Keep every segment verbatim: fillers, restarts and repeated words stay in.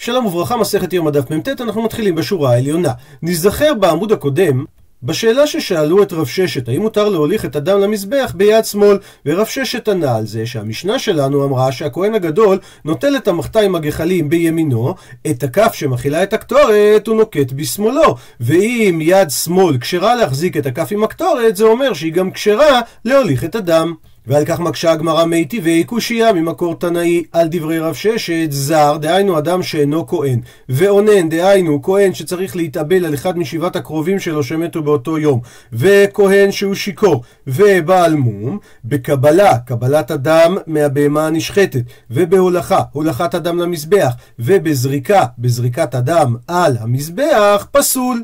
שלום וברכה, מסכת יום הדף ממתת, אנחנו מתחילים בשורה העליונה. נזכר בעמוד הקודם בשאלה ששאלו את רב ששת, האם מותר להוליך את הדם למזבח ביד שמאל, ורב ששת ענה על זה שהמשנה שלנו אמרה שהכהן הגדול נוטל את המחתה עם הגחלים בימינו, את הכף שמכילה את הקטורת הוא נוקט בשמאלו, ואם יד שמאל כשרה להחזיק את הכף עם הקטורת, זה אומר שהיא גם כשרה להוליך את הדם. ועל כך מקשה הגמרא מיטיבי קושיה ממקור תנאי על דברי רב ששת, זר דהיינו אדם שאינו כהן, ואונן דהיינו כהן שצריך להתאבל על אחד משבעת הקרובים שלו שמתו באותו יום, וכהן שהוא שיקור ובעל מום, בקבלה, קבלת הדם מהבהמה הנשחטת, ובהולכה, הולכת הדם למזבח, ובזריקה, בזריקת הדם על המזבח, פסול.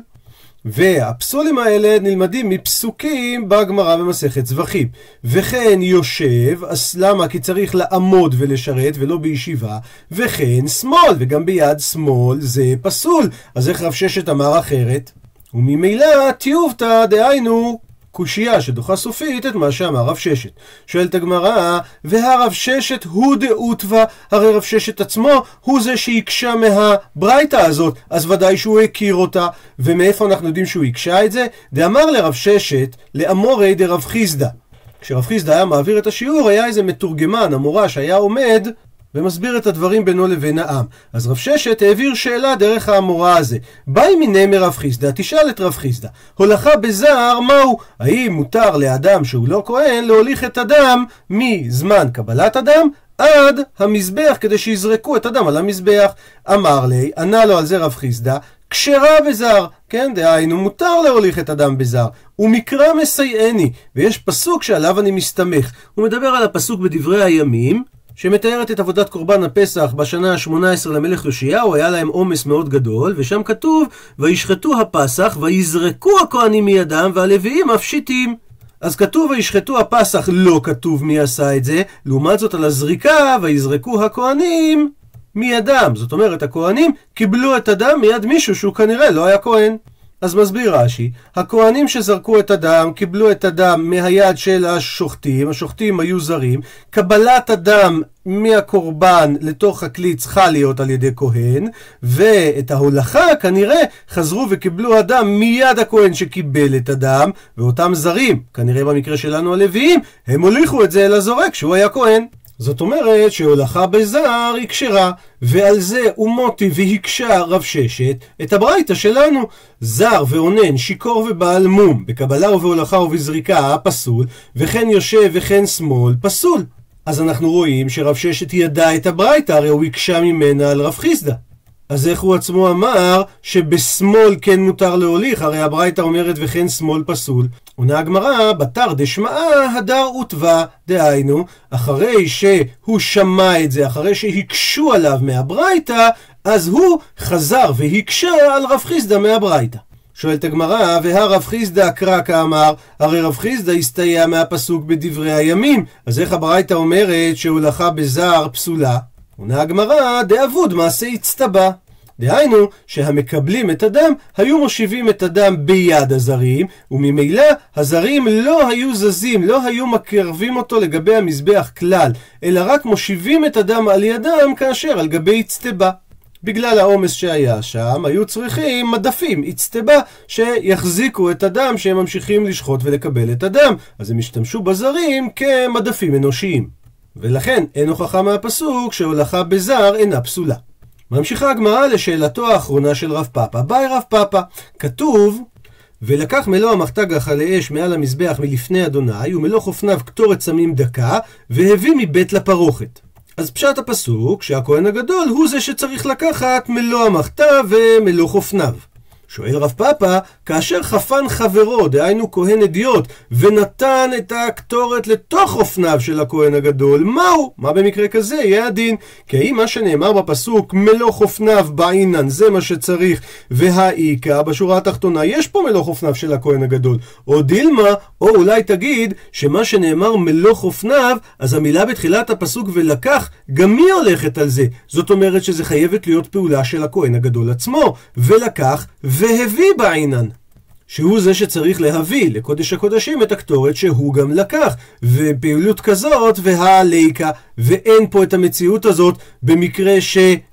והפסולים האלה נלמדים מפסוקים בגמרא במסכת זבחים. וכן יושב, אז למה? כי צריך לעמוד ולשרת ולא בישיבה. וכן שמאל, וגם ביד שמאל זה פסול. אז איך רב ששת אמר אחרת? וממילא תיובתא דהיינו קושייה שדוחה סופית את מה שאמר רב ששת. שואלת הגמרא, והרב ששת הוא דאותווה, הרי רב ששת עצמו הוא זה שיקשה מהברייתא הזאת, אז ודאי שהוא הכיר אותה. ומאיפה אנחנו יודעים שהוא יקשה את זה? דאמר לרב ששת לאמורי דרב חיסדא. כשרב חיסדא היה מעביר את השיעור, היה איזה מתורגמן, המורה שהיה עומד ומסביר את הדברים בינו לבין העם. אז רב ששת העביר שאלה דרך המורה הזה. באי מיני מרב חיסדא, תשאל את רב חיסדא, הולכה בזר מהו? האם מותר לאדם שהוא לא כהן להוליך את הדם מזמן קבלת הדם עד המזבח כדי שיזרקו את הדם על המזבח? אמר לי, ענה לו על זה רב חיסדא, כשרה בזר, כן, דהיינו מותר להוליך את הדם בזר, ומקרא מסייעני, ויש פסוק שעליו אני מסתמך. הוא מדבר על הפסוק בדברי הימים שמתארת את עבודת קורבן הפסח בשנה ה-שמונה עשרה למלך יאשיהו. היה להם עומס מאוד גדול, ושם כתוב וישחטו הפסח ויזרקו הכהנים מידם והלוויים מפשיטים. אז כתוב וישחטו הפסח, לא כתוב מי עשה את זה. לעומת זאת על הזריקה ויזרקו הכהנים מידם, זאת אומרת הכהנים קיבלו את הדם מיד מישהו שהוא כנראה לא היה כהן. אז מסביר רש"י, הכהנים שזרקו את הדם קיבלו את הדם מהיד של השוחטים, השוחטים היו זרים, קבלת הדם מהקורבן לתוך הכלי צריכה להיות על ידי כהן, ואת ההולכה כנראה חזרו וקיבלו הדם מיד הכהן שקיבל את הדם, ואותם זרים, כנראה במקרה שלנו הלוויים, הם הוליכו את זה אל הזורק שהוא היה כהן. זאת אומרת שהולכה בזר היא כשרה, ועל זה ומוטי והקשה רב ששת את הברייתא שלנו. זר ואונן, שיקור ובעל מום, בקבלה ובהולכה ובזריקה פסול, וכן יושב וכן שמאל פסול. אז אנחנו רואים שרב ששת ידע את הברייתא, הרי הוא הקשה ממנה על רב חיסדא. אז איך הוא עצמו אמר שבשמאל כן מותר להוליך? הרי הברייתא אומרת וכן שמאל פסול. עונה הגמרא, בתר דשמעה הדר ותווה, דהיינו אחרי שהוא שמע את זה, אחרי שהקשו עליו מהברייתא, אז הוא חזר והקשה על רב חיסדא מהברייתא. שואלת הגמרא, והרב חיסדא קרא כאמר, הרי רב חיסדא הסתייע מהפסוק בדברי הימים, אז איך הברייתא אומרת שהולכה בזר פסולה? עונה הגמרא, דאבוד מעשה הצטבע, דהיינו שהמקבלים את הדם היו מושיבים את הדם ביד הזרים, וממילא הזרים לא היו זזים, לא היו מקרבים אותו לגבי המזבח כלל, אלא רק מושיבים את הדם על ידם כאשר על גבי הצטבע. בגלל העומס שהיה שם היו צריכים מדפים, הצטבע, שיחזיקו את הדם שהם ממשיכים לשחוט ולקבל את הדם, אז הם השתמשו בזרים כמדפים אנושיים, ולכן אין הוכחה מהפסוק שהולכה בזר אינה פסולה. ממשיכה הגמרא לשאלתו האחרונה של רב פאפא. באי רב פאפא, כתוב ולקח מלוא המחתה גחלי אש מעל המזבח מלפני אדוני, ומלוא חופניו קטורת סמים דקה, והביא מבית לפרוכת. אז פשט הפסוק שהכהן הגדול הוא זה שצריך לקחת מלוא המחתה ומלוא חופניו. שואל רב פאפא, כאשר חפן חברו, דהיינו כהן אדיוט, ונתן את הקטורת לתוך אופניו של הכהן הגדול, מהו? מה במקרה כזה יהיה הדין? כי האם מה שנאמר בפסוק מלוך אופניו בעינן זה מה שצריך, והאיקה בשורה התחתונה יש פה מלוך אופניו של הכהן הגדול, או דילמה, או אולי תגיד שמה שנאמר מלוך אופניו, אז המילה בתחילת הפסוק ולקח גם היא הולכת על זה, זאת אומרת שזה חייבת להיות פעולה של הכהן הגדול עצמו, ולקח והביא בעינן, שהוא זה שצריך להביא לקודש הקודשים את הקטורת שהוא גם לקח, ופעילות כזאת והליקה, ואין פה את המציאות הזאת במקרה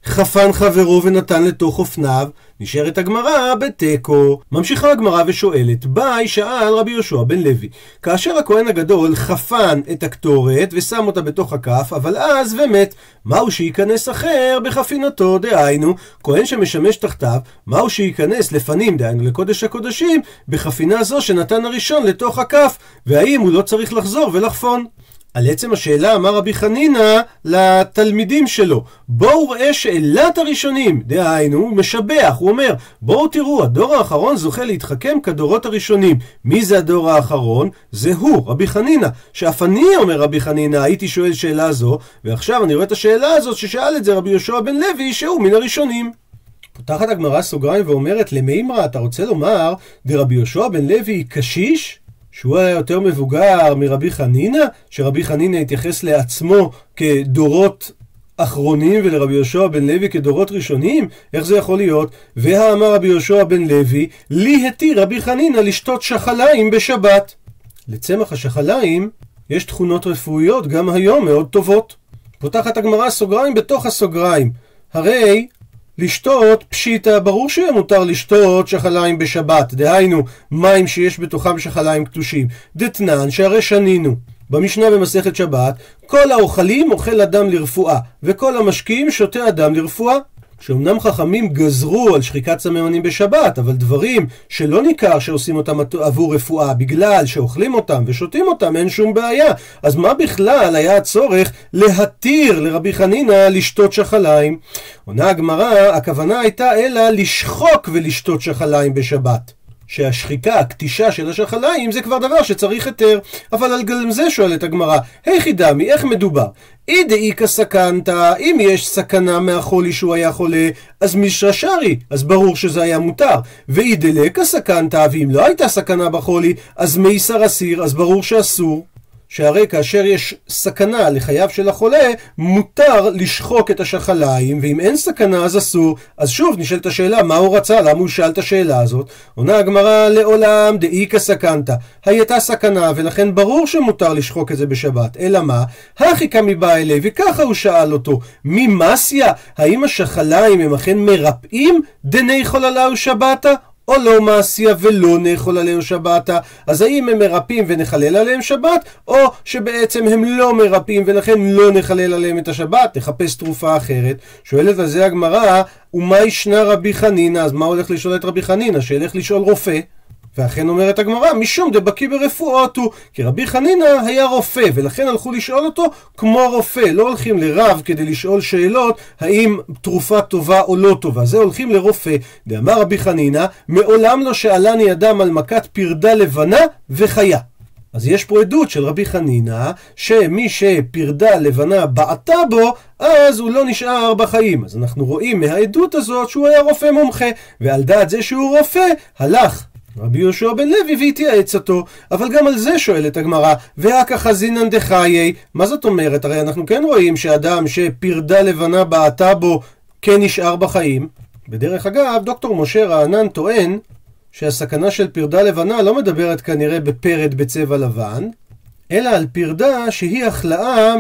חפן חברו ונתן לתוך אופניו, נשארת הגמרא בתיקו. ממשיכה הגמרא ושואלת, ביי שאל רבי יהושע בן לוי, כאשר הכהן הגדול חפן את הקטורת ושם אותה בתוך הכף, אבל אז ומת, מהו שייכנס אחר בחפינתו? דהיינו, כהן שמשמש תחתיו, מהו שייכנס לפנים, דהיינו לקודש הקודשים, בחפינה זו שנתן הראשון לתוך הכף, והאם הוא לא צריך לחזור ולחפון? על עצם השאלה אמר רבי חנינא לתלמידים שלו, בואו ראה שאלת הראשונים, דהיינו הוא משבח, הוא אומר, בואו תראו, הדור האחרון זוכה להתחכם כדורות הראשונים. מי זה הדור האחרון? זה הוא, רבי חנינא, שאף אני, אומר רבי חנינא, הייתי שואל שאלה זו, ועכשיו אני רואה את השאלה הזאת ששאל את זה רבי יהושע בן לוי, שהוא מן הראשונים. פותחת הגמרא סוגריים ואומרת, למימרא, אתה רוצה לומר, דרבי יהושע בן לוי קשיש? שהוא היה יותר מבוגר מרבי חנינא, שרבי חנינא התייחס לעצמו כדורות אחרונים ולרבי יהושע בן לוי כדורות ראשונים? איך זה יכול להיות? והאמר רבי יהושע בן לוי, לי התיר רבי חנינא לשתות שחליים בשבת. לצמח השחליים יש תכונות רפואיות גם היום מאוד טובות. פותחת הגמרא סוגריים בתוך הסוגריים, הרי לשתות פשיטה, ברור שיהיה מותר לשתות שחליים בשבת, דהיינו מים שיש בתוכם שחליים קדושים, דתנן שהרי שנינו במשנה במסכת שבת, כל האוכלים אוכל אדם לרפואה, וכל המשקים שותה אדם לרפואה. שאומנם חכמים גזרו על שחיקת סממנים בשבת, אבל דברים שלא ניכר שעושים אותם עבור רפואה, בגלל שאוכלים אותם ושותים אותם, אין שום בעיה. אז מה בכלל היה הצורך להתיר לרבי חנינא לשתות שחליים? עונה הגמרא, הכוונה הייתה אלא לשחוק ולשתות שחליים בשבת. שהשחיקה, הקטישה של השחליים, זה כבר דבר שצריך היתר. אבל על גלם זה שואלת הגמרא, היכי דמי, איך מדובר? אי דאיכא סכנתא, אם יש סכנה מהחולי שהוא היה חולה, אז מישרא שרי, אז ברור שזה היה מותר. ואי דלקא סכנתא, ואם לא הייתה סכנה בחולי, אז מייסר אסיר, אז ברור שאסור. שהרי כאשר יש סכנה לחייו של החולה, מותר לשחוק את השחליים, ואם אין סכנה אז אסור. אז שוב נשאלת השאלה, מה הוא רצה? למה הוא שאל את השאלה הזאת? עונה הגמרא, לעולם דאיכא סכנתא, הייתה סכנה ולכן ברור שמותר לשחוק את זה בשבת. אלא מה? הכי קמי בא אלי, וככה הוא שאל אותו, ממסיה, האם השחליים הם אכן מרפאים דני חוללה ושבתה? או לא מעשיה ולא נאכול עליהם שבתה? אז האם הם מרפאים ונחלל עליהם שבת, או שבעצם הם לא מרפאים ולכן לא נחלל עליהם את השבת, נחפש תרופה אחרת? שואלת על זה הגמרא, ומה ישנה רבי חנינא? אז מה הולך לשאול את רבי חנינא? שילך לשאול רופא. ואכן אומרת הגמרא, משום דבקי ברפואות הוא, כי רבי חנינא היה רופא, ולכן הלכו לשאול אותו כמו רופא. לא הולכים לרב כדי לשאול שאלות האם תרופה טובה או לא טובה, זה הולכים לרופא. דאמר רבי חנינא, מעולם לא שאלני אדם על מכת פרדה לבנה וחיה. אז יש פה עדות של רבי חנינא, שמי שפרדה לבנה בעטה בו, אז הוא לא נשאר בחיים. אז אנחנו רואים מהעדות הזאת שהוא היה רופא מומחה, ועל דעת זה שהוא רופא, הלך רבי יהושע בן לוי והתייעץ אותו. אבל גם על זה שואלת הגמרא, והכא חזינן דחיי, מה זאת אומרת? הרי אנחנו כן רואים שאדם שפרדה לבנה בעטה בו כן נשאר בחיים. בדרך אגב, דוקטור משה רענן טוען שהסכנה של פרדה לבנה לא מדברת כנראה בפרד בצבע לבן, אלא על פרדה שהיא החלאה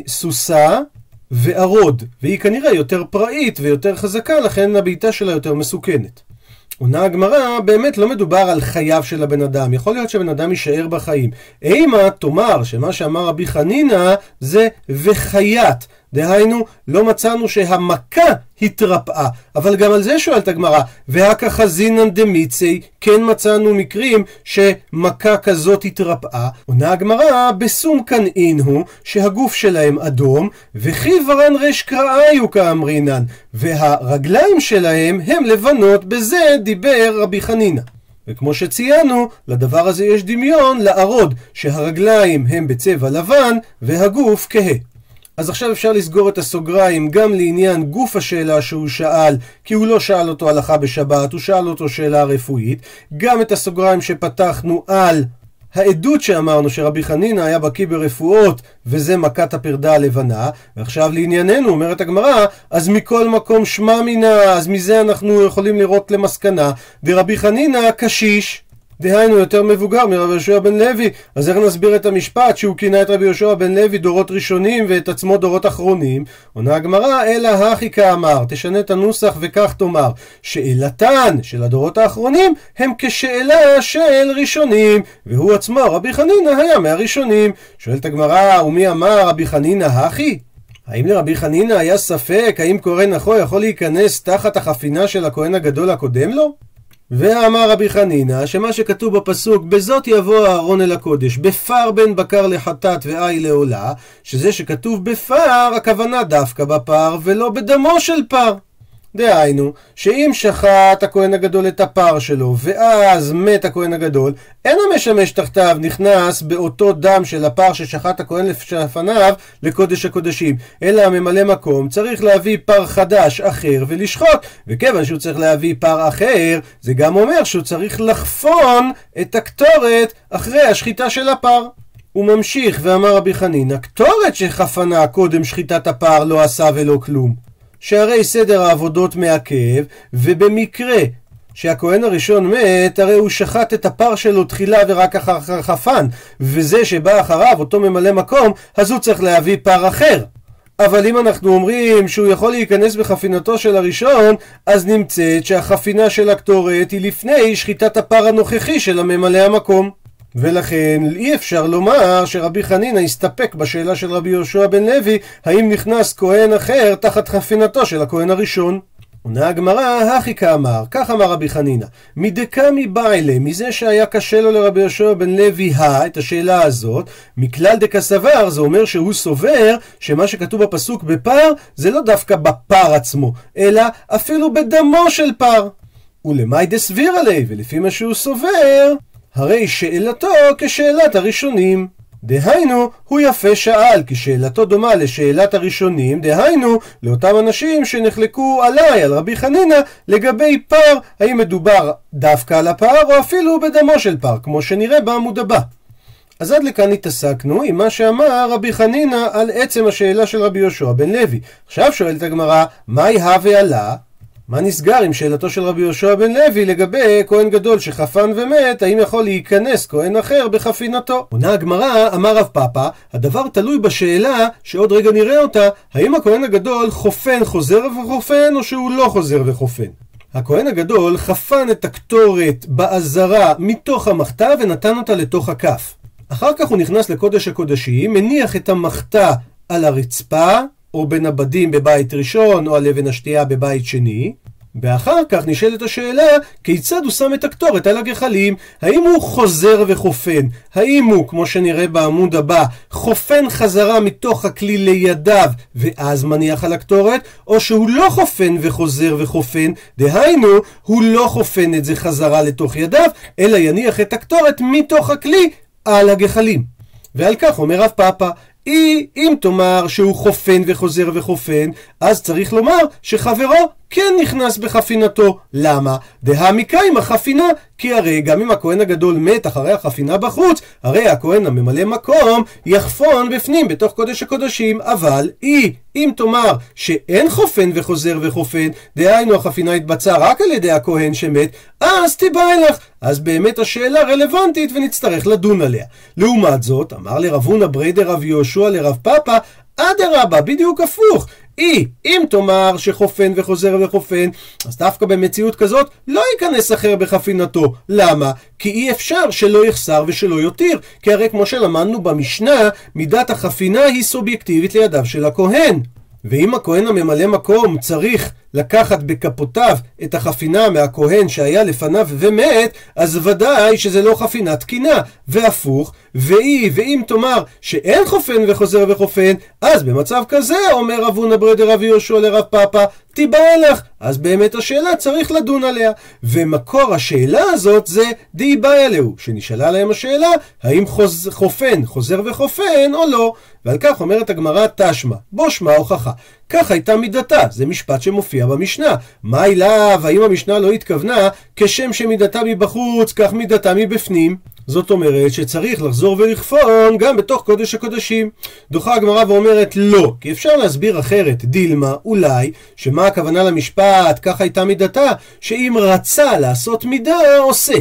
מסוסה וערוד, והיא כנראה יותר פראית ויותר חזקה, לכן הביתה שלה יותר מסוכנת. עונה הגמרא, באמת לא מדובר על חייו של הבן אדם, יכול להיות שבן אדם יישאר בחיים. אימה תאמר שמה שאמר רבי חנינא זה וחיית, דהיינו לא מצאנו שהמכה התרפאה. אבל גם על זה שואלת הגמרא, והכא חזינן דמיצי, כן מצאנו מקרים שמכה כזאת התרפאה. עונה הגמרא, בסום קנאין הוא שהגוף שלהם אדום, וכי ורן רש קראיו כאמרינן, והרגליים שלהם הם לבנות, בזה דיבר רבי חנינא. וכמו שציינו, לדבר הזה יש דמיון לערוד, שהרגליים הם בצבע לבן והגוף כהה. אז עכשיו אפשר לסגור את הסוגריים גם לעניין גוף השאלה שהוא שאל, כי הוא לא שאל אותו הלכה בשבת, הוא שאל אותו שאלה רפואית. גם את הסוגריים שפתחנו על העדות שאמרנו שרבי חנינא היה בקיא ברפואות, וזה מכת הפרדה הלבנה. ועכשיו לענייננו, אומרת הגמרא, אז מכל מקום שמע מינה, אז מזה אנחנו יכולים לראות למסקנה, דרבי חנינא קשיש. דהיינו יותר מבוגר מרבי יהושע בן לוי. אז איך נסביר את המשפט שהוא כינה את רבי יהושע בן לוי דורות ראשונים ואת עצמו דורות אחרונים? עונה הגמרא, אלא הכי כאמר, תשנה את הנוסח וכך תאמר, שאלתן של הדורות האחרונים הם כשאלה של ראשונים, והוא עצמו רבי חנינא היה מהראשונים. שואלת הגמרא, ומי אמר רבי חנינא הכי? האם לרבי חנינא היה ספק האם כהן אחו יכול להיכנס תחת החפינה של הכהן הגדול הקודם לו? ואמר רבי חנינא שמה שכתוב בפסוק בזאת יבוא אהרון אל הקודש בפר בין בקר לחטאת ואי לעולה, שזה שכתוב בפר הכוונה דווקא בפר ולא בדמו של פר. דהיינו שאם שחט הכהן הגדול את הפר שלו ואז מת הכהן הגדול, אין המשמש תחתיו נכנס באותו דם של הפר ששחט הכהן לפניו לקודש הקודשים, אלא הממלא מקום צריך להביא פר חדש אחר ולשחוט, וכיוון שהוא צריך להביא פר אחר זה גם אומר שהוא צריך לחפון את הקטורת אחרי השחיטה של הפר. הוא ממשיך ואמר רבי חנינא, קטורת שחפנה קודם שחיטת הפר לא עשה ולא כלום, שהרי סדר העבודות מעכב, ובמקרה שהכהן הראשון מת, הרי הוא שחט את הפר שלו תחילה ורק אחר כך חפן, וזה שבא אחריו אותו ממלא מקום, אז הוא צריך להביא פר אחר. אבל אם אנחנו אומרים שהוא יכול להיכנס בחפינתו של הראשון, אז נמצאת שהחפינה של הקטורת היא לפני שחיטת הפר הנוכחי של הממלא המקום. ולכן אי אפשר לומר שרבי חנינא הסתפק בשאלה של רבי יהושע בן לוי האם נכנס כהן אחר תחת חפינתו של הכהן הראשון. עונה הגמרא, הכי כאמר, כך אמר רבי חנינא, מדקמי בעילה, מזה שהיה קשה לו לרבי יהושע בן לוי הא, את השאלה הזאת, מכלל דקסבר, זה אומר שהוא סובר שמה שכתוב בפסוק בפר זה לא דווקא בפר עצמו, אלא אפילו בדמו של פר. ולמאי דסביר עלי, ולפי מה שהוא סובר, הרי שאלתו כשאלת הראשונים. דהיינו, הוא יפה שאל, כי שאלתו דומה לשאלת הראשונים, דהיינו, לאותם אנשים שנחלקו עליי, על רבי חנינא, לגבי פר, האם מדובר דווקא על הפר או אפילו בדמו של פר, כמו שנראה בעמוד הבא. אז עד לכאן התעסקנו עם מה שאמר רבי חנינא על עצם השאלה של רבי יהושע בן לוי. עכשיו שואלת הגמרא, מהי הא ועלה? מה נסגר עם שאלתו של רבי יהושע בן לוי לגבי כהן גדול שחפן ומת, האם יכול להיכנס כהן אחר בחפינתו? עונה הגמרא, אמר רב פאפא, הדבר תלוי בשאלה שעוד רגע נראה אותה, האם הכהן הגדול חופן חוזר וחופן או שהוא לא חוזר וחופן. הכהן הגדול חפן את הקטורת בעזרה מתוך המחתה ונתן אותה לתוך הכף. אחר כך הוא נכנס לקודש הקודשים, מניח את המחתה על הרצפה, או בין הבדים בבית ראשון, או על אבן השתייה בבית שני, ואחר כך נשאלת השאלה, כיצד הוא שם את הקטורת על הגחלים? האם הוא חוזר וחופן? האם הוא, כמו שנראה בעמוד הבא, חופן חזרה מתוך הכלי לידיו, ואז מניח על הקטורת? או שהוא לא חופן וחוזר וחופן, דהיינו, הוא לא חופן את זה חזרה לתוך ידיו, אלא יניח את הקטורת מתוך הכלי על הגחלים. ועל כך אומר רב פאפא, אי, אם תאמר שהוא חופן וחוזר וחופן, אז צריך לומר שחברו כן נכנס בחפינתו. למה? דהמיקה עם החפינה, כי הרי גם אם הכהן הגדול מת אחרי החפינה בחוץ, הרי הכהן הממלא מקום יחפון בפנים בתוך קודש הקודשים. אבל אי, אם תאמר שאין חופן וחוזר וחופן, דהיינו החפינה התבצעה רק על ידי הכהן שמת, אז תיבא אלך. אז באמת השאלה רלוונטית ונצטרך לדון עליה. לעומת זאת, אמר לרב הונא ברי דרב יהושע לרב פאפא, אדרבה, בדיוק הפוך. אי, אם תאמר שחופן וחוזר וחופן, אז דווקא במציאות כזאת לא ייכנס אחר בחפינתו. למה? כי אי אפשר שלא יחסר ושלא יותיר. כי הרי כמו שלמדנו במשנה, מידת החפינה היא סובייקטיבית לידיו של הכהן. ואם הכהן הממלא מקום צריך לקחת בכפותיו את החפינה מהכהן שהיה לפניו ומת, אז ודאי שזה לא חפינה תקינה. והפוך, ואי, ואם תאמר שאין חופן וחוזר וחופן, אז במצב כזה, אומר רב הונא ברי דרב יהושע לרב פאפא, תיבא אלך. אז באמת השאלה צריך לדון עליה. ומקור השאלה הזאת זה די באי אלהו, שנשאלה להם השאלה, האם חוז... חופן, חוזר וחופן או לא. ועל כך אומרת הגמרא תשמע, בו שמע הוכחה. כך הייתה מידתה, זה משפט שמופיע במשנה. מה אליו, האם המשנה לא התכוונה, כשם שמידתה מבחוץ, כך מידתה מבפנים? זאת אומרת שצריך לחזור ולחפון גם בתוך קודש הקודשים. דוחה הגמרא ואומרת לא, כי אפשר להסביר אחרת, דילמה, אולי, שמה הכוונה למשפט, כך הייתה מידתה, שאם רצה לעשות מידה, עושה.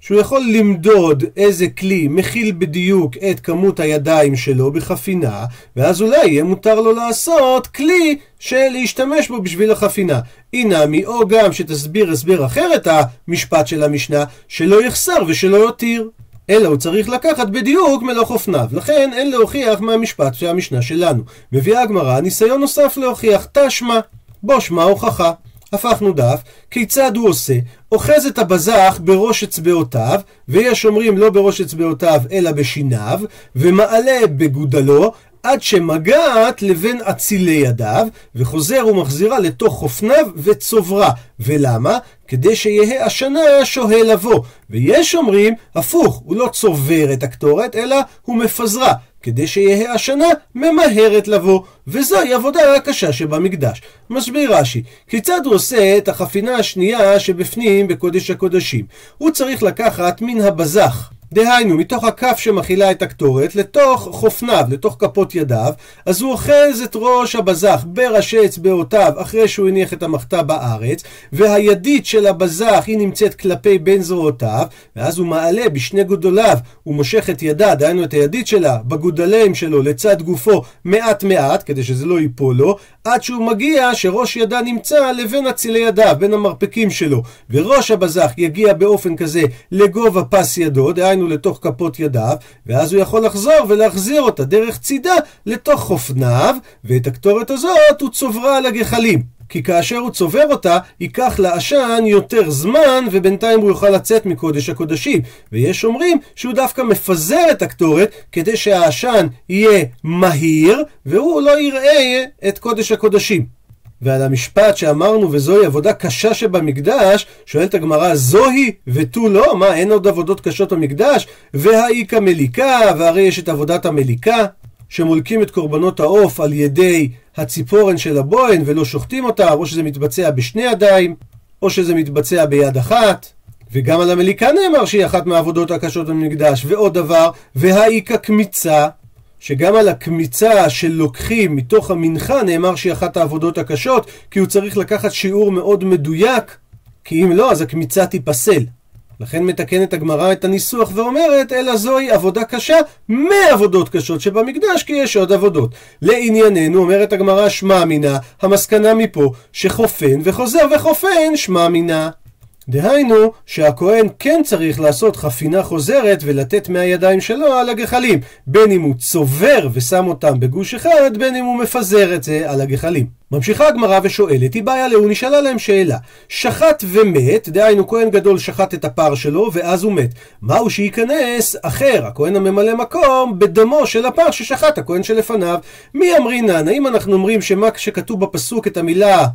שהוא יכול למדוד איזה כלי מכיל בדיוק את כמות הידיים שלו בחפינה, ואז אולי יהיה מותר לו לעשות כלי שלהשתמש בו בשביל החפינה. אינמי, או גם שתסביר הסבר אחר את המשפט של המשנה, שלא יחסר ושלא יותיר. אלא הוא צריך לקחת בדיוק מלוא חופניו, לכן אין להוכיח מהמשפט של המשנה שלנו. מביאה הגמרא ניסיון נוסף להוכיח, תשמע, בו שמע הוכחה. הפכנו דף, כיצד הוא עושה? אוחז את הבזח בראש אצבעותיו, ויש אומרים לא בראש אצבעותיו אלא בשיניו, ומעלה בגודלו עד שמגעת לבין אצילי ידיו, וחוזר ומחזירה לתוך חופניו וצוברה. ולמה? כדי שיהיה השנה שוהה לבוא. ויש אומרים הפוך, הוא לא צובר את הקטורת אלא הוא מפזרה, כדי שיהיה השנה ממהרת לבוא, וזוהי עבודה הקשה שבמקדש. מסביר רש"י, כיצד הוא עושה את החפינה השנייה שבפנים בקודש הקודשים? הוא צריך לקחת מן הבזח, דהיינו מתוך הכף שמכילה את הקטורת, לתוך חופניו, לתוך כפות ידיו, אז הוא אוחז את ראש הבזח בראשי אצבעותיו אחרי שהוא הניח את המחתה בארץ, והידית של הבזח היא נמצאת כלפי בין זרועותיו, ואז הוא מעלה בשני גודליו, הוא מושך את ידה, דהיינו את הידית שלה, בגודלים שלו לצד גופו מעט מעט, כדי שזה לא ייפול לו, עד שהוא מגיע שראש ידה נמצא לבין אצילי ידיו, בין המרפקים שלו, וראש הבזח יגיע באופן כזה לגובה פס ידו, דהיינו לתוך כפות ידיו, ואז הוא יכול לחזור ולהחזיר אותה דרך צידה לתוך חופניו, ואת הקטורת הזאת הוא צוברה על הגחלים, כי כאשר הוא צובר אותה ייקח לעשן יותר זמן, ובינתיים הוא יוכל לצאת מקודש הקודשים. ויש אומרים שהוא דווקא מפזר את הקטורת כדי שהעשן יהיה מהיר והוא לא יראה את קודש הקודשים. ועל המשפט שאמרנו וזוהי עבודה קשה שבמקדש, שואלת הגמרא, זוהי ותו לא? מה, אין עוד עבודות קשות במקדש? והאיכה מליקה, והרי יש את עבודת המליקה, שמולקים את קורבנות העוף על ידי הציפורן של הבוהן ולא שוחטים אותה, או שזה מתבצע בשני ידיים, או שזה מתבצע ביד אחת. וגם על המליקה נאמר שהיא אחת מהעבודות הקשות במקדש. ועוד דבר, והאיכה קמיצה, שגם על הקמיצה שלוקחים מתוך המנחה נאמר שהיא אחת העבודות הקשות, כי הוא צריך לקחת שיעור מאוד מדויק, כי אם לא אז הקמיצה תיפסל. לכן מתקנת הגמרא את הניסוח ואומרת, אלא זוהי עבודה קשה מעבודות קשות שבמקדש, כי יש עוד עבודות. לענייננו אומרת הגמרא, שמע מינה, המסקנה מפה שחופן וחוזר וחופן שמע מינה. דהיינו שהכהן כן צריך לעשות חפינה חוזרת ולתת מהידיים שלו על הגחלים, בין אם הוא צובר ושם אותם בגוש אחד, בין אם הוא מפזר את זה על הגחלים. ממשיכה הגמרא ושואלת, היא באה לו, נשאלה להם שאלה, שחט ומת, דהיינו כהן גדול שחט את הפר שלו ואז הוא מת, מהו שייכנס אחר, הכהן הממלא מקום, בדמו של הפר ששחט הכהן שלפניו? מי אמרינן? האם אנחנו אומרים שמה שכתוב בפסוק את המילה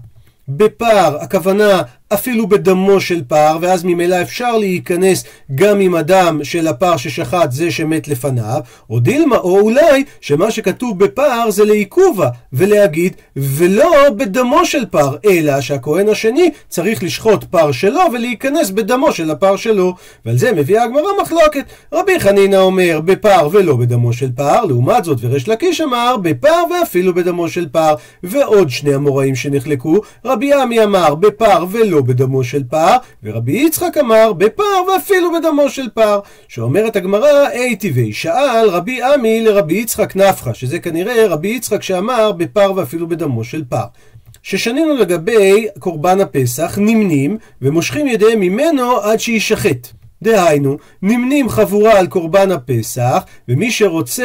בפר, הכוונה אפילו בדמו של פר, ואז ממילא אפשר להיכנס גם עם הדם של הפר ששחט זה שמת לפניו, או דילמה, או אולי שמה שכתוב בפר זה לעיכובה, ולהגיד ולא בדמו של פר, אלא שהכהן השני צריך לשחוט פר שלו ולהיכנס בדמו של הפר שלו. ועל זה מביאה הגמרא מחלוקת. רבי חנינא אומר בפר ולא בדמו של פר, לעומת זאת וריש לקיש אמר בפר ואפילו בדמו של פר. ועוד שני המוראים שנחלקו, רבי עמי אמר בפר ולא בדמו של פר, ורבי יצחק אמר בפר ואפילו בדמו של פר. שאומרת הגמרא, אייתי וי, שאל רבי עמי לרבי יצחק נפחא, שזה כנראה רבי יצחק שאמר בפר ואפילו בדמו של פר. ששנינו לגבי קורבן הפסח, נמנים ומושכים ידיהם ממנו עד שישחט. דהיינו, נמנים חבורה על קורבן הפסח, ומי שרוצה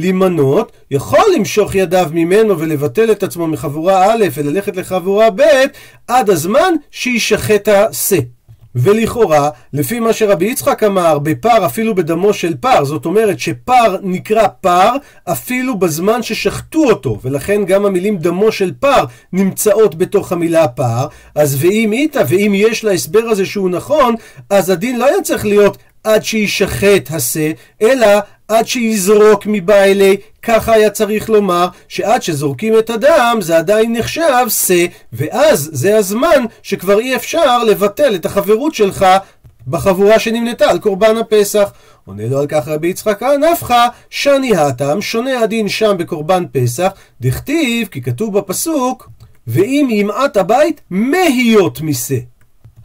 למנות יכול למשוך ידיו ממנו ולבטל את עצמו מחבורה א' וללכת לחבורה ב' עד הזמן שישחט השה. ולכאורה, לפי מה שרבי יצחק אמר, בפר אפילו בדמו של פר, זאת אומרת שפר נקרא פר אפילו בזמן ששחטו אותו, ולכן גם המילים דמו של פר נמצאות בתוך המילה פר. אז ואם איתה, ואם יש להסבר הזה שהוא נכון, אז הדין לא היה צריך להיות עד שישחט השה, אלא עד שיזרוק מבעלי. ככה היה צריך לומר שעד שזורקים את הדם זה עדיין נחשב שא, ואז זה הזמן שכבר אי אפשר לבטל את החברות שלך בחבורה שנמנתה על קורבן הפסח. עונה לו על כך רבי יצחק נפחא, שני הטעם, שונה הדין שם בקורבן פסח, דכתיב, כי כתוב בפסוק ואם ימעט הבית מהיות משא.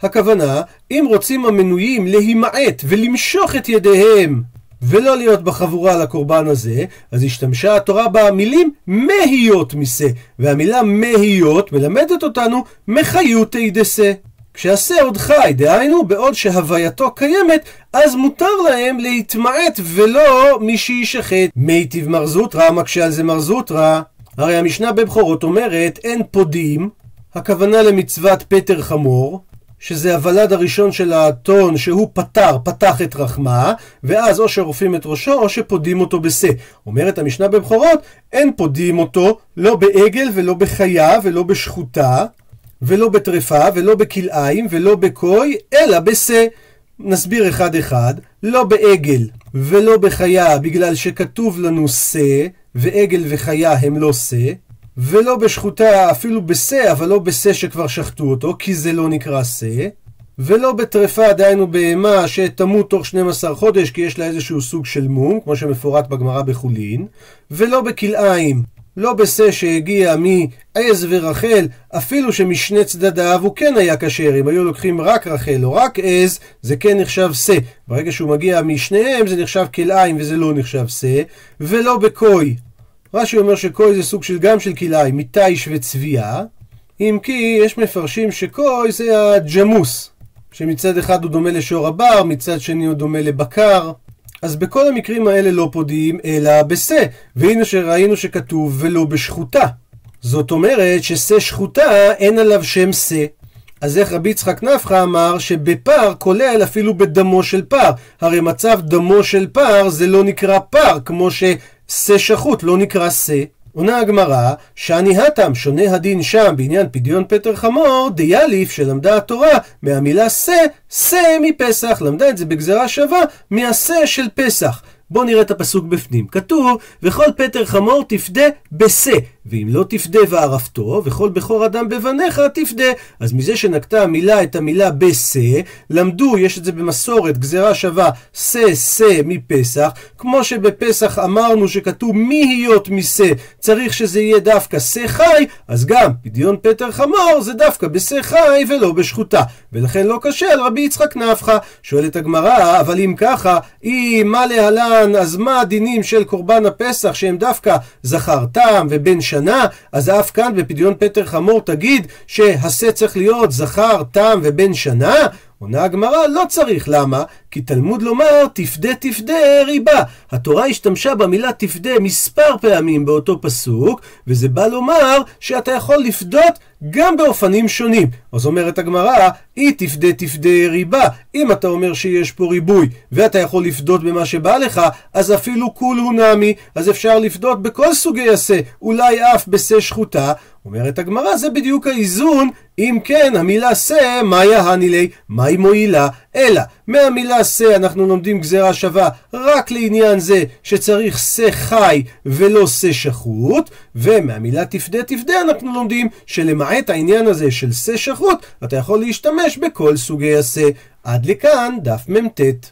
הכוונה, אם רוצים המנויים להימעט ולמשוך את ידיהם ולא להיות בחבורה לקורבן הזה, אז השתמשה התורה במילים מהיות משה, והמילה מהיות מלמדת אותנו מחיותי דשה. כשהשה עוד חי, דהיינו בעוד שהווייתו קיימת, אז מותר להם להתמעט ולא מי שישחט. מיטיב מר זוטרא, מקשה על זה מר זוטרא. הרי המשנה בבכורות אומרת אין פודים, הכוונה למצוות פטר חמור, שזה הוולד הראשון של האתון שהוא פתר, פתח את רחמה, ואז או שרופאים את ראשו או שפודים אותו בשה. אומרת המשנה בבכורות, אין פודים אותו לא בעגל ולא בחיה ולא בשחוטה, ולא בטרפה ולא בכלאיים ולא בקוי, אלא בשה. נסביר אחד אחד, לא בעגל ולא בחיה בגלל שכתוב לנו שה, ועגל וחיה הם לא שה, ולא בשחוטה אפילו בשה, אבל לא בשה שכבר שחטו אותו, כי זה לא נקרא שה, ולא בטרפה, דהיינו בהמה שתמות תוך שנים עשר חודש כי יש לה איזשהו סוג של מום, כמו שמפורט בגמרא בחולין, ולא בכלאיים, לא בשה שהגיע מעז ורחל, אפילו שמשני צדדיו הוא כן היה כשר. אם היו לוקחים רק רחל או רק עז, זה כן נחשב שה. ברגע שהוא מגיע משניהם זה נחשב כלאיים וזה לא נחשב שה. ולא בקוי, רש"י אומר שקוי זה סוג של גם של כלאיים, מתיש וצביעה, אם כי יש מפרשים שקוי זה הג'מוס, שמצד אחד הוא דומה לשור הבר, מצד שני הוא דומה לבקר. אז בכל המקרים האלה לא פודים אלא בשה, והנה שראינו שכתוב ולא בשחוטה. זאת אומרת ששה שחוטה אין עליו שם שה. אז איך רבי יצחק נפחא אמר שבפר כולל אפילו בדמו של פר? הרי מצב דמו של פר זה לא נקרא פר, כמו ששה שחוט לא נקרא שה. עונה הגמרא, שאני התם שונה הדין שם בעניין פדיון פטר חמור, דיאליף שלמדה התורה מהמילה שה, שה מפסח, למדה את זה בגזרה שווה מהשה של פסח. בואו נראה את הפסוק בפנים. כתוב, וכל פטר חמור תפדה בשה, ואם לא תפדה וערפתו, וכל בכור אדם בבניך תפדה. אז מזה שנקטה המילה את המילה בשה, למדו, יש את זה במסורת, גזרה שווה, שה, שה מפסח, כמו שבפסח אמרנו שכתוב מהיות משה, צריך שזה יהיה דווקא שה חי, אז גם פדיון פטר חמור זה דווקא בשה חי ולא בשחוטה. ולכן לא קשה על רבי יצחק נפחא. שואלת הגמרא, אבל אם ככה, אם מה להלן, אז מה הדינים של קורבן הפסח שהם דווקא זכר תם ובן שנה? אז אף כאן בפדיון פטר חמור תגיד שהשה צריך להיות זכר תם ובן שנה? עונה הגמרא, לא צריך. למה? כי תלמוד לומר תפדה תפדה ריבה. התורה השתמשה במילה תפדה מספר פעמים באותו פסוק, וזה בא לומר שאתה יכול לפדות גם באופנים שונים. אז אומרת הגמרא, אי תפדה תפדה ריבה. אם אתה אומר שיש פה ריבוי ואתה יכול לפדות במה שבא לך, אז אפילו כולו נמי, אז אפשר לפדות בכל סוגי השה, אולי אף בשה שחוטה. אומרת הגמרא, זה בדיוק האיזון. אם כן, המילה שה, מה יהני לי? מה היא מועילה? אלא, מהמילה שה אנחנו לומדים גזרה שווה רק לעניין זה שצריך שה חי ולא שה שחוט, ומהמילה תפדה תפדה אנחנו לומדים שלמעט העניין הזה של שה שחוט, אתה יכול להשתמש בכל סוגי השה. עד לכאן דף ממתת.